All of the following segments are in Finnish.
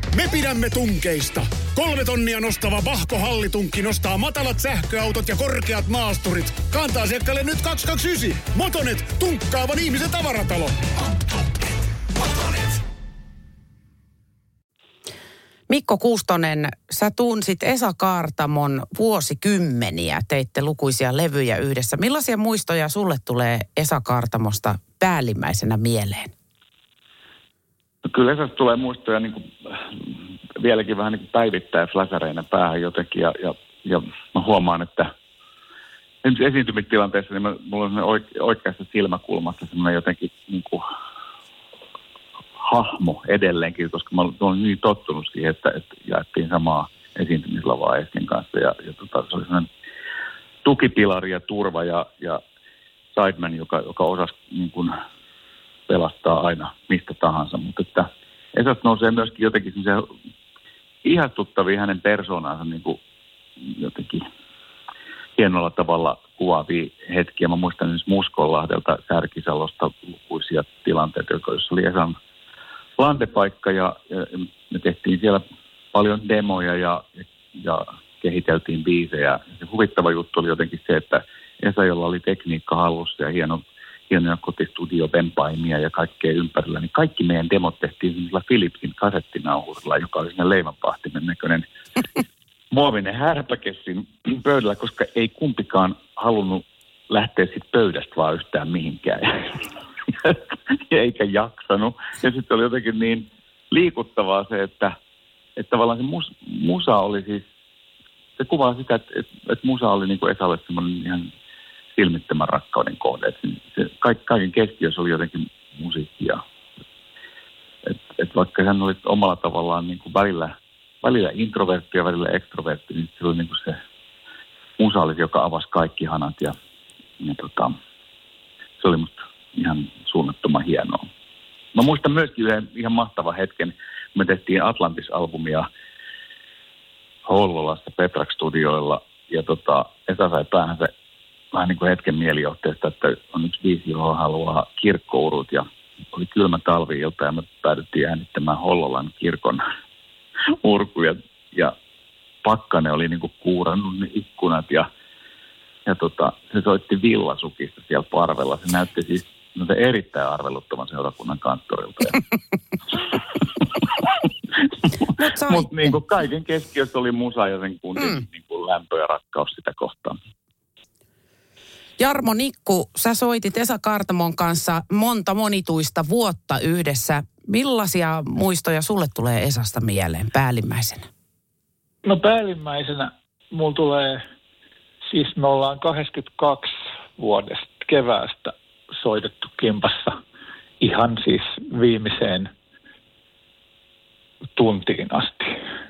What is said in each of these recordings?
Me pidämme tunkeista. 3 tonnia nostava Vahko Hallitunkki nostaa matalat sähköautot ja korkeat maasturit. Kanta-asiakkaalle nyt 229. Motonet, tunkkaavan ihmisen tavaratalo. Motonet. Mikko Kuustonen, sä tunsit Esa Kaartamon vuosikymmeniä, teitte lukuisia levyjä yhdessä. Millaisia muistoja sulle tulee Esa Kaartamosta päällimmäisenä mieleen? No kyllä Esasta tulee muistoja niin kuin, vieläkin vähän niin kuin päivittäin fläsäreinen päähän jotenkin. Ja mä huomaan, että esiintymistilanteessa niin mulla on oikeassa silmäkulmassa semmoinen jotenkin niin kuin hahmo edelleenkin, koska mä olen niin tottunut siihen, että jaettiin samaa esiintymislavaa Estin kanssa. Ja se oli sellainen tukipilari ja turva ja sideman, joka osasi niin kuin pelastaa aina mistä tahansa. Mutta että Esasta nousee myöskin jotenkin semmoisia ihastuttavia hänen persoonansa niin kuin jotenkin hienolla tavalla kuvaavia hetkiä. Mä muistan esimerkiksi Muskonlahdelta, Särkisalosta lukuisia tilanteita, joissa oli Esan landepaikka ja me tehtiin siellä paljon demoja ja kehiteltiin biisejä. Se huvittava juttu oli jotenkin se, että Esa, jolla oli tekniikka hallussa ja hienoja kotistudiovempaimia ja kaikkea ympärillä, niin kaikki meidän demot tehtiin sellaisella Philipsin kasettinauhurilla, joka oli sinne leivänpahtimen näköinen muovinen härpäke siinä pöydällä, koska ei kumpikaan halunnut lähteä siitä pöydästä vaan yhtään mihinkään. Eikä jaksanut. Ja sitten oli jotenkin niin liikuttavaa se, että tavallaan se musa oli siis, se kuvaa sitä, että musa oli niin kuin Esalle semmoinen ihan silmittömän rakkauden kohde. Se kaiken keskiössä oli jotenkin musiikkia. Että vaikka hän oli omalla tavallaan niin kuin välillä introvertti ja välillä ekstrovertti, niin se oli niin kuin se musa oli, joka avasi kaikki hanat ja se oli musta ihan suunnattoman hienoa. Mä muistan myöskin yhden ihan mahtavan hetken, me tehtiin Atlantis-albumia Hollolassa Petrak-studioilla ja Esa sai päähän se vähän niin kuin hetken mielijohteesta, että on yksi biisi, johon haluaa kirkkourut ja oli kylmä talvi-ilta ja me päädyttiin äänittämään Hollolan kirkon urkuja ja Pakkanen oli niin kuin kuurannut ne ikkunat ja se soitti villasukista siellä parvella. Se näytti siis se erittäin arveluttavan seurakunnan kanttorilta. Mutta niin kuin kaiken keskiössä oli musa ja sen kundin niin kuin lämpö ja rakkaus sitä kohtaan. Jarmo Nikku, sä soitit Esa Kaartamon kanssa monituista vuotta yhdessä. Millaisia muistoja sulle tulee Esasta mieleen päällimmäisenä? No päällimmäisenä mulla tulee, siis me ollaan 82 vuodesta keväästä soitettu kimpassa ihan siis viimeiseen tuntiin asti.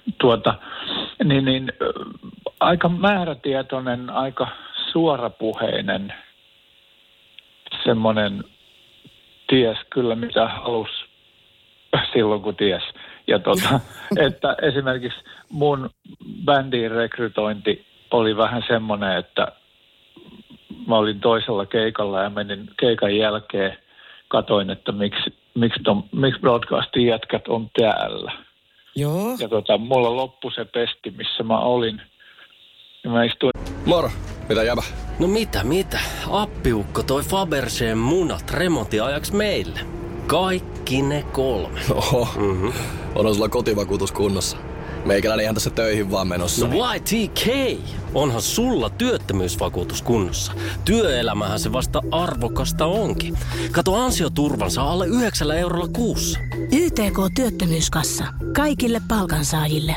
Aika määrätietoinen, aika suorapuheinen, semmoinen ties kyllä mitä halusi silloin kun ties. Ja että esimerkiksi mun bändin rekrytointi oli vähän semmoinen, että mä olin toisella keikalla ja menin keikan jälkeen, katoin, että miksi broadcastin jätkät on täällä. Joo. Ja mulla loppui se pesti, missä mä olin. Ja mä istuin. Moro, mitä jäbä? No mitä? Appiukko toi Faberseen munat remontiajaksi meille. Kaikki ne 3. Oho, onhan sulla kotivakuutus kunnossa. Meikäläni ihan tässä töihin vaan menossa. No YTK, onhan sulla työttömyysvakuutus kunnossa. Työelämähän se vasta arvokasta onkin. Kato ansioturvansa alle 9 eurolla kuussa. YTK Työttömyyskassa. Kaikille palkansaajille.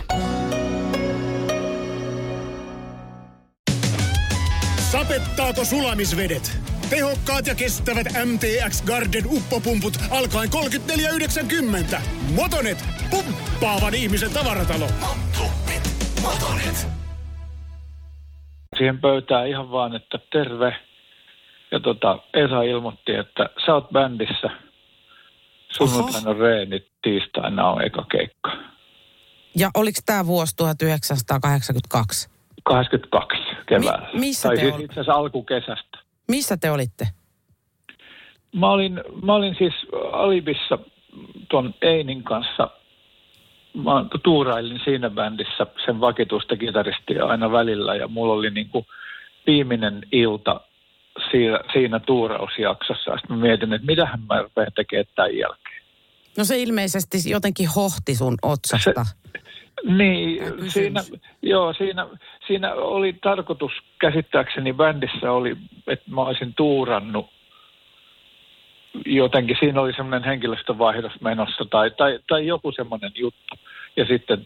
Sapettaako sulamisvedet? Tehokkaat ja kestävät MTX Garden uppopumput alkaen 34,90. Motonet, pumppaavan ihmisen tavaratalo. Motonet. Siihen pöytään ihan vaan, että terve. Ja Esa ilmoitti, että sä oot bändissä. Sunnuntaina on reenit, tiistaina on eka keikka. Ja oliko tämä vuosi 1982? 82 keväällä. Missä tai te siis itse asiassa alkukesästä. Missä te olitte? Mä olin siis Alibissa tuon Einin kanssa mä tuurailin siinä bändissä sen vakituista kitaristia aina välillä ja mulla oli niin kuin viimeinen ilta siinä tuurausjaksossa. Sitten mä mietin, että mitähän mä rupean tekemään tämän jälkeen. No se ilmeisesti jotenkin hohti sun otsasta. Niin, siinä oli tarkoitus, käsittääkseni bändissä oli, että mä olisin tuurannut jotenkin, siinä oli semmoinen henkilöstövaihdos menossa tai joku semmoinen juttu. Ja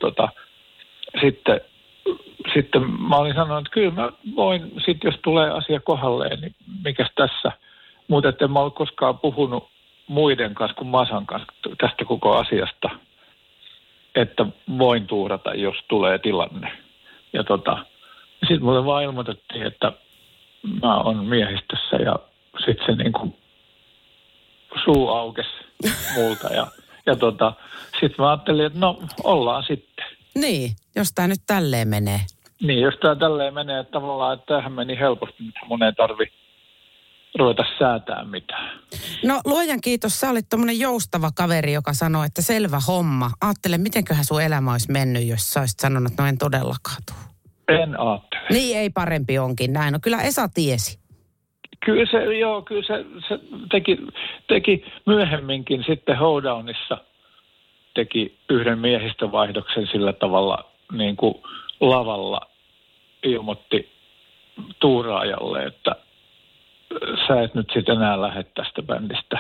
sitten mä olin sanonut, että kyllä mä voin, sitten jos tulee asia kohdalleen, niin mikäs tässä. Mutta en mä ole koskaan puhunut muiden kanssa kuin Masan kanssa tästä koko asiasta, että voin tuurata, jos tulee tilanne. Ja sitten mulle vaan ilmoitettiin, että mä oon miehistössä ja sitten se niinku suu aukesi multa ja sitten mä ajattelin, että no ollaan sitten. Niin, jos tää nyt tälleen menee. Niin, jos tää tälleen menee, että tavallaan, että tämähän meni helposti, mutta mun ei tarvi ruveta säätää mitään. No luojan kiitos, sä olit tommonen joustava kaveri, joka sanoi, että selvä homma. Aattele, mitenköhän sun elämä olisi mennyt, jos sä olisit sanonut, että no en todellakaan tuu. En aattele. Niin, ei parempi onkin näin. No kyllä Esa tiesi. Kyllä se teki myöhemminkin sitten Hoedownissa teki yhden miehistövaihdoksen sillä tavalla niin kuin lavalla ilmoitti tuuraajalle, että sä et nyt sitten enää lähde tästä bändistä.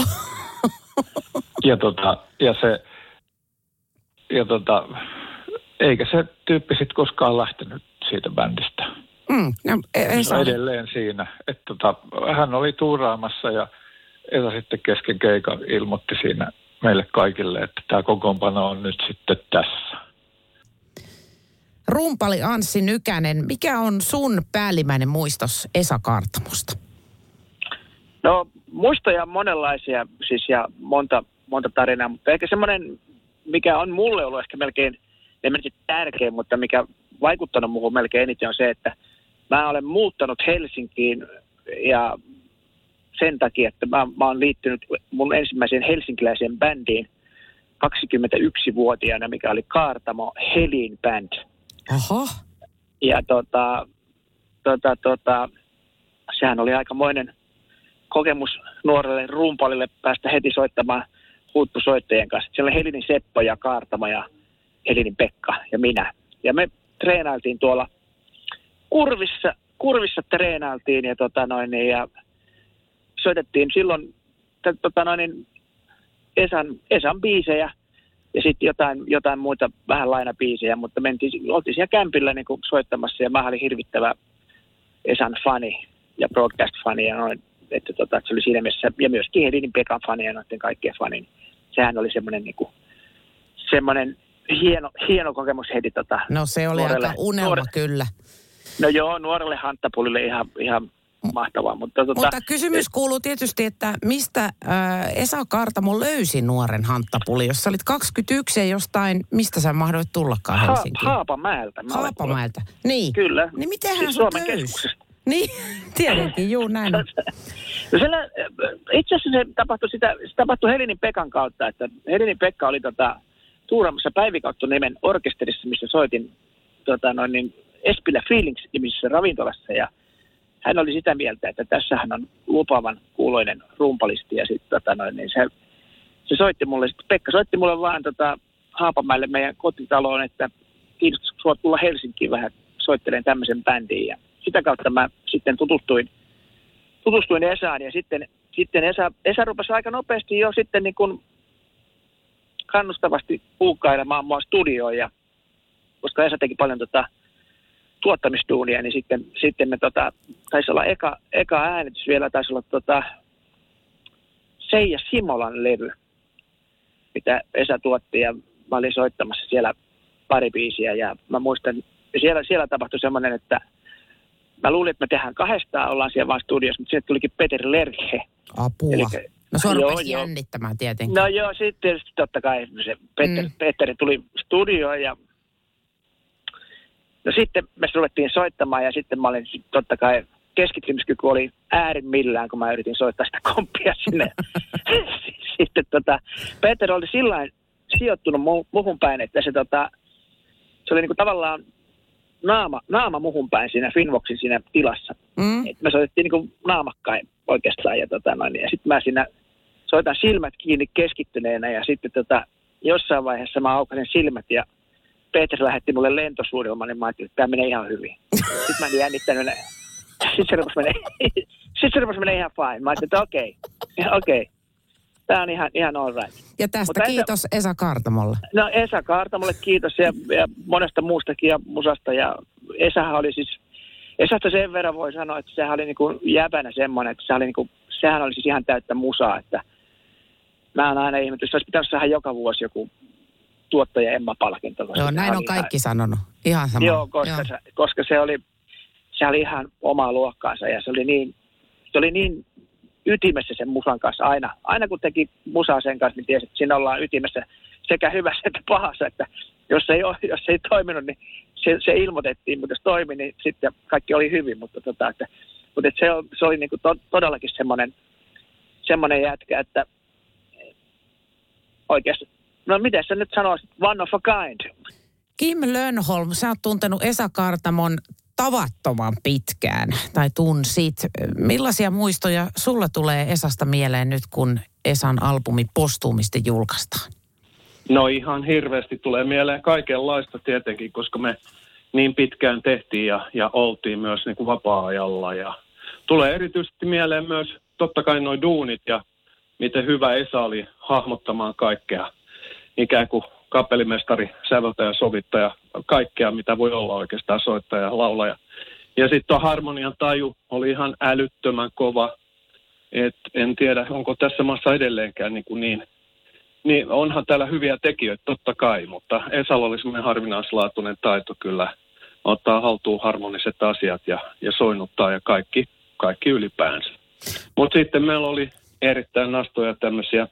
Eikä se tyyppi sitten koskaan lähtenyt siitä bändistä. Esa edelleen siinä, että hän oli tuuraamassa ja Esa sitten kesken keikan ilmoitti siinä meille kaikille, että tämä kokoonpano on nyt sitten tässä. Rumpali Anssi Nykänen, mikä on sun päällimmäinen muistos Esa Kaartamosta? No muistoja monenlaisia siis ja monta tarinaa, mutta ehkä semmoinen, mikä on mulle ollut ehkä melkein, en mene tärkein, mutta mikä vaikuttanut muuhun melkein eniten on se, että mä olen muuttanut Helsinkiin ja sen takia, että mä oon liittynyt mun ensimmäiseen helsinkiläiseen bändiin 21-vuotiaana, mikä oli Kaartamo Helin Band. Aha. Ja sehän oli aikamoinen kokemus nuorelle rumpalille päästä heti soittamaan huippusoittajien kanssa. Siellä oli Helinin Seppo ja Kaartamo ja Helinin Pekka ja minä. Ja me treenailtiin tuolla kurvissa treenailtiin ja ja soitettiin silloin Esan biisejä ja sitten jotain muita vähän lainabiisejä, mutta oltiin siellä kämpillä niin kuin soittamassa ja mä olin hirvittävä Esan fani ja broadcast-fani ja noin, että se oli siinä mielessä, ja myöskin Helinin Pekan fani ja noiden kaikkien fani. Sehän oli semmoinen niinku, hieno kokemus heti No se oli aika unelma kyllä. No joo, nuorelle hanttapulille ihan mahtavaa. Mutta kysymys kuuluu tietysti, että mistä Esa Kaartamo löysi nuoren hanttapuli? Jos sä olit 21 ja jostain, mistä sä mahdoit tullakaan Helsinkiin? Haapamäeltä. Haapamäeltä, niin. Kyllä. Niin mitenhän siis sut Suomen löysi? Keskuksesta. Niin, tietenkin, juu näin. No itse asiassa se tapahtui Helinin Pekan kautta, että Helinin Pekka oli tuuraamassa Päivikautto-nimen orkesterissa, missä soitin Espillä Feelings-nimisessä ravintolassa ja hän oli sitä mieltä, että tässähän on lupaavan kuuloinen rumpalisti ja sitten se soitti mulle, Pekka soitti mulle vaan Haapamäelle meidän kotitaloon, että kiinnostaisi sinua tulla Helsinkiin vähän soittelemaan tämmöisen bändiin ja sitä kautta mä sitten tutustuin Esaan ja sitten Esa rupesi aika nopeasti jo sitten niin kuin kannustavasti puukkailemaan mua studioon ja koska Esa teki paljon tuottamistuunia, niin sitten me taisi olla eka äänitys vielä, taisi olla Seija Simolan levy, mitä Esa tuotti ja mä olin soittamassa siellä pari biisiä ja mä muistan, siellä tapahtui semmoinen, että mä luulin, että me tehdään kahdestaan, ollaan siellä vaan studiossa, mutta sieltä tulikin Peter Lerche. Apua. No se rupesi jännittämään tietenkin. No joo, sitten totta kai se Peter tuli studioon ja no sitten me ruvettiin soittamaan ja sitten mä olin totta kai keskittymiskyky oli äärimmillään, kun mä yritin soittaa sitä komppia sinne. Sitten Peter oli sijoittunut muhun päin, että se oli niinku tavallaan naama muhun päin siinä Finvoxin siinä tilassa. Et me soitettiin niinku naamakkain oikeastaan ja sitten mä siinä soitan silmät kiinni keskittyneenä ja sitten jossain vaiheessa mä aukasin silmät ja Petri lähetti mulle lentosuunnitelman, niin mä ajattelin, että tämä menee ihan hyvin. Sitten mä en jännittänyt. Sitten se rupesi menee ihan fine. Mä ajattelin, että okei. Tämä on ihan all right. Ja tästä kiitos Esa Kaartamolle. No Esa Kaartamolle kiitos ja monesta muustakin ja musasta. Ja Esahan oli siis, Esasta sen verran voi sanoa, että sehän oli niinku jäbänä semmoinen, että sehän oli siis ihan täyttä musaa. Että mä oon aina ihmetys, että olisi pitänyt saada joka vuosi joku tuottaja Emma-palkinto. Joo, näin on kaikki sanonut. Ihan sama. Joo, koska se oli ihan omaa luokkaansa ja se oli niin ytimessä sen musan kanssa aina kun teki musaa sen kanssa, niin tiesi, että siinä ollaan ytimessä sekä hyvässä että pahassa, että jos ei toiminut, niin se ilmoitettiin, mutta jos toimi, niin sitten kaikki oli hyvin, mutta se oli niinku todellakin semmoinen jätkä, että oikeasti, no miten sä nyt sanoisit, one of a kind. Kim Lönnholm, sä oot tuntenut Esa Kaartamon tavattoman pitkään, tai tunsit. Millaisia muistoja sulla tulee Esasta mieleen nyt, kun Esan albumi postuumisti julkaistaan? No ihan hirveästi tulee mieleen kaikenlaista tietenkin, koska me niin pitkään tehtiin ja oltiin myös niin kuin vapaa-ajalla. Ja tulee erityisesti mieleen myös totta kai nuo duunit ja miten hyvä Esa oli hahmottamaan kaikkea. Ikään kuin kapellimestari, säveltäjä, sovittaja, kaikkea mitä voi olla oikeastaan soittaja, laulaja. Ja sitten tuo harmonian taju oli ihan älyttömän kova. Et en tiedä, onko tässä maassa edelleenkään niin onhan täällä hyviä tekijöitä totta kai, mutta Esalla oli semmoinen harvinaislaatuinen taito kyllä ottaa haltuun harmoniset asiat ja soinnuttaa ja kaikki ylipäänsä. Mutta sitten meillä oli erittäin nastoja tämmöisiä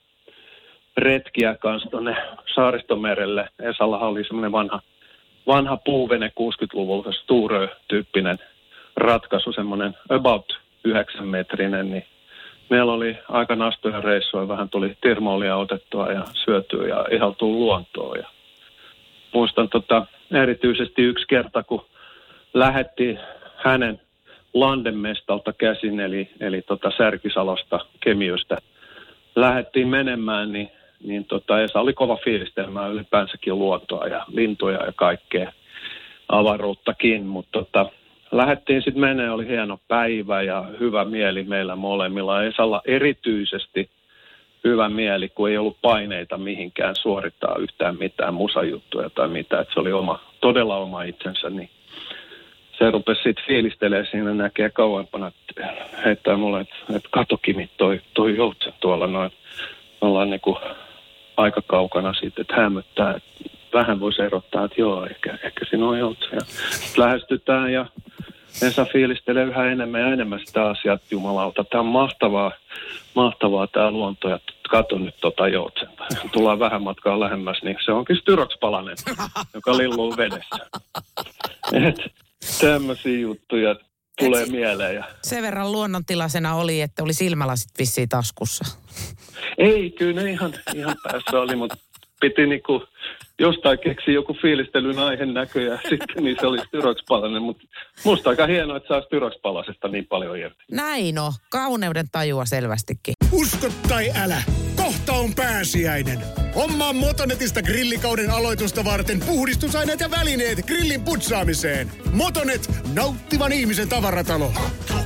retkiä kanssa tuonne Saaristomerelle. Esallahan oli semmoinen vanha puuvene 60-luvulta, Sturö-tyyppinen ratkaisu, semmoinen about 9-metrinen, niin meillä oli aika nastoja reissuja, vähän tuli termoolia otettua ja syötyä ja ihaltua luontoon. Ja muistan erityisesti yksi kerta, kun lähdettiin hänen Landemestalta käsin, eli Särkisalosta, Kemiöstä. Lähdettiin menemään, niin Esa oli kova fiilistelmään ylipäänsäkin luontoa ja lintuja ja kaikkea avaruuttakin, mutta lähdettiin sitten menemään, oli hieno päivä ja hyvä mieli meillä molemmilla. Esalla erityisesti hyvä mieli, kun ei ollut paineita mihinkään suorittaa yhtään mitään musajuttuja tai mitään, että se oli todella oma itsensä, niin se rupesi sitten fiilistelemään siinä, näkee kauempana, että heittää mulle, että kato Kimi, toi joutsen tuolla noin. Me ollaan niinku aika kaukana siitä, että hämöttää, että vähän voisi erottaa, että joo, ehkä siinä on joutsen. Ja lähestytään ja Esa fiilistelee yhä enemmän ja enemmän sitä asiaa, että jumalauta, tämä on mahtavaa tämä luonto ja kato nyt joutsenta. Tullaan vähän matkaa lähemmäs, niin se onkin styrokspalanen, joka lilluu vedessä. Tämmöisiä juttuja tulee mieleen. Ja sen verran luonnontilaisena oli, että oli silmälasit vissiin taskussa. Ei, kyllä ne ihan päässä oli, mutta piti niinku jostain keksiä joku fiilistelyn aiheen näköjään sitten, niin se oli styrokspalanen. Mutta musta aika hienoa, että saa styrokspalasesta niin paljon irti. Näin on, kauneuden tajua selvästikin. Usko tai älä, kohta on pääsiäinen. Hommaa Motonetista grillikauden aloitusta varten puhdistusaineet ja välineet grillin putsaamiseen. Motonet, nauttivan ihmisen tavaratalo.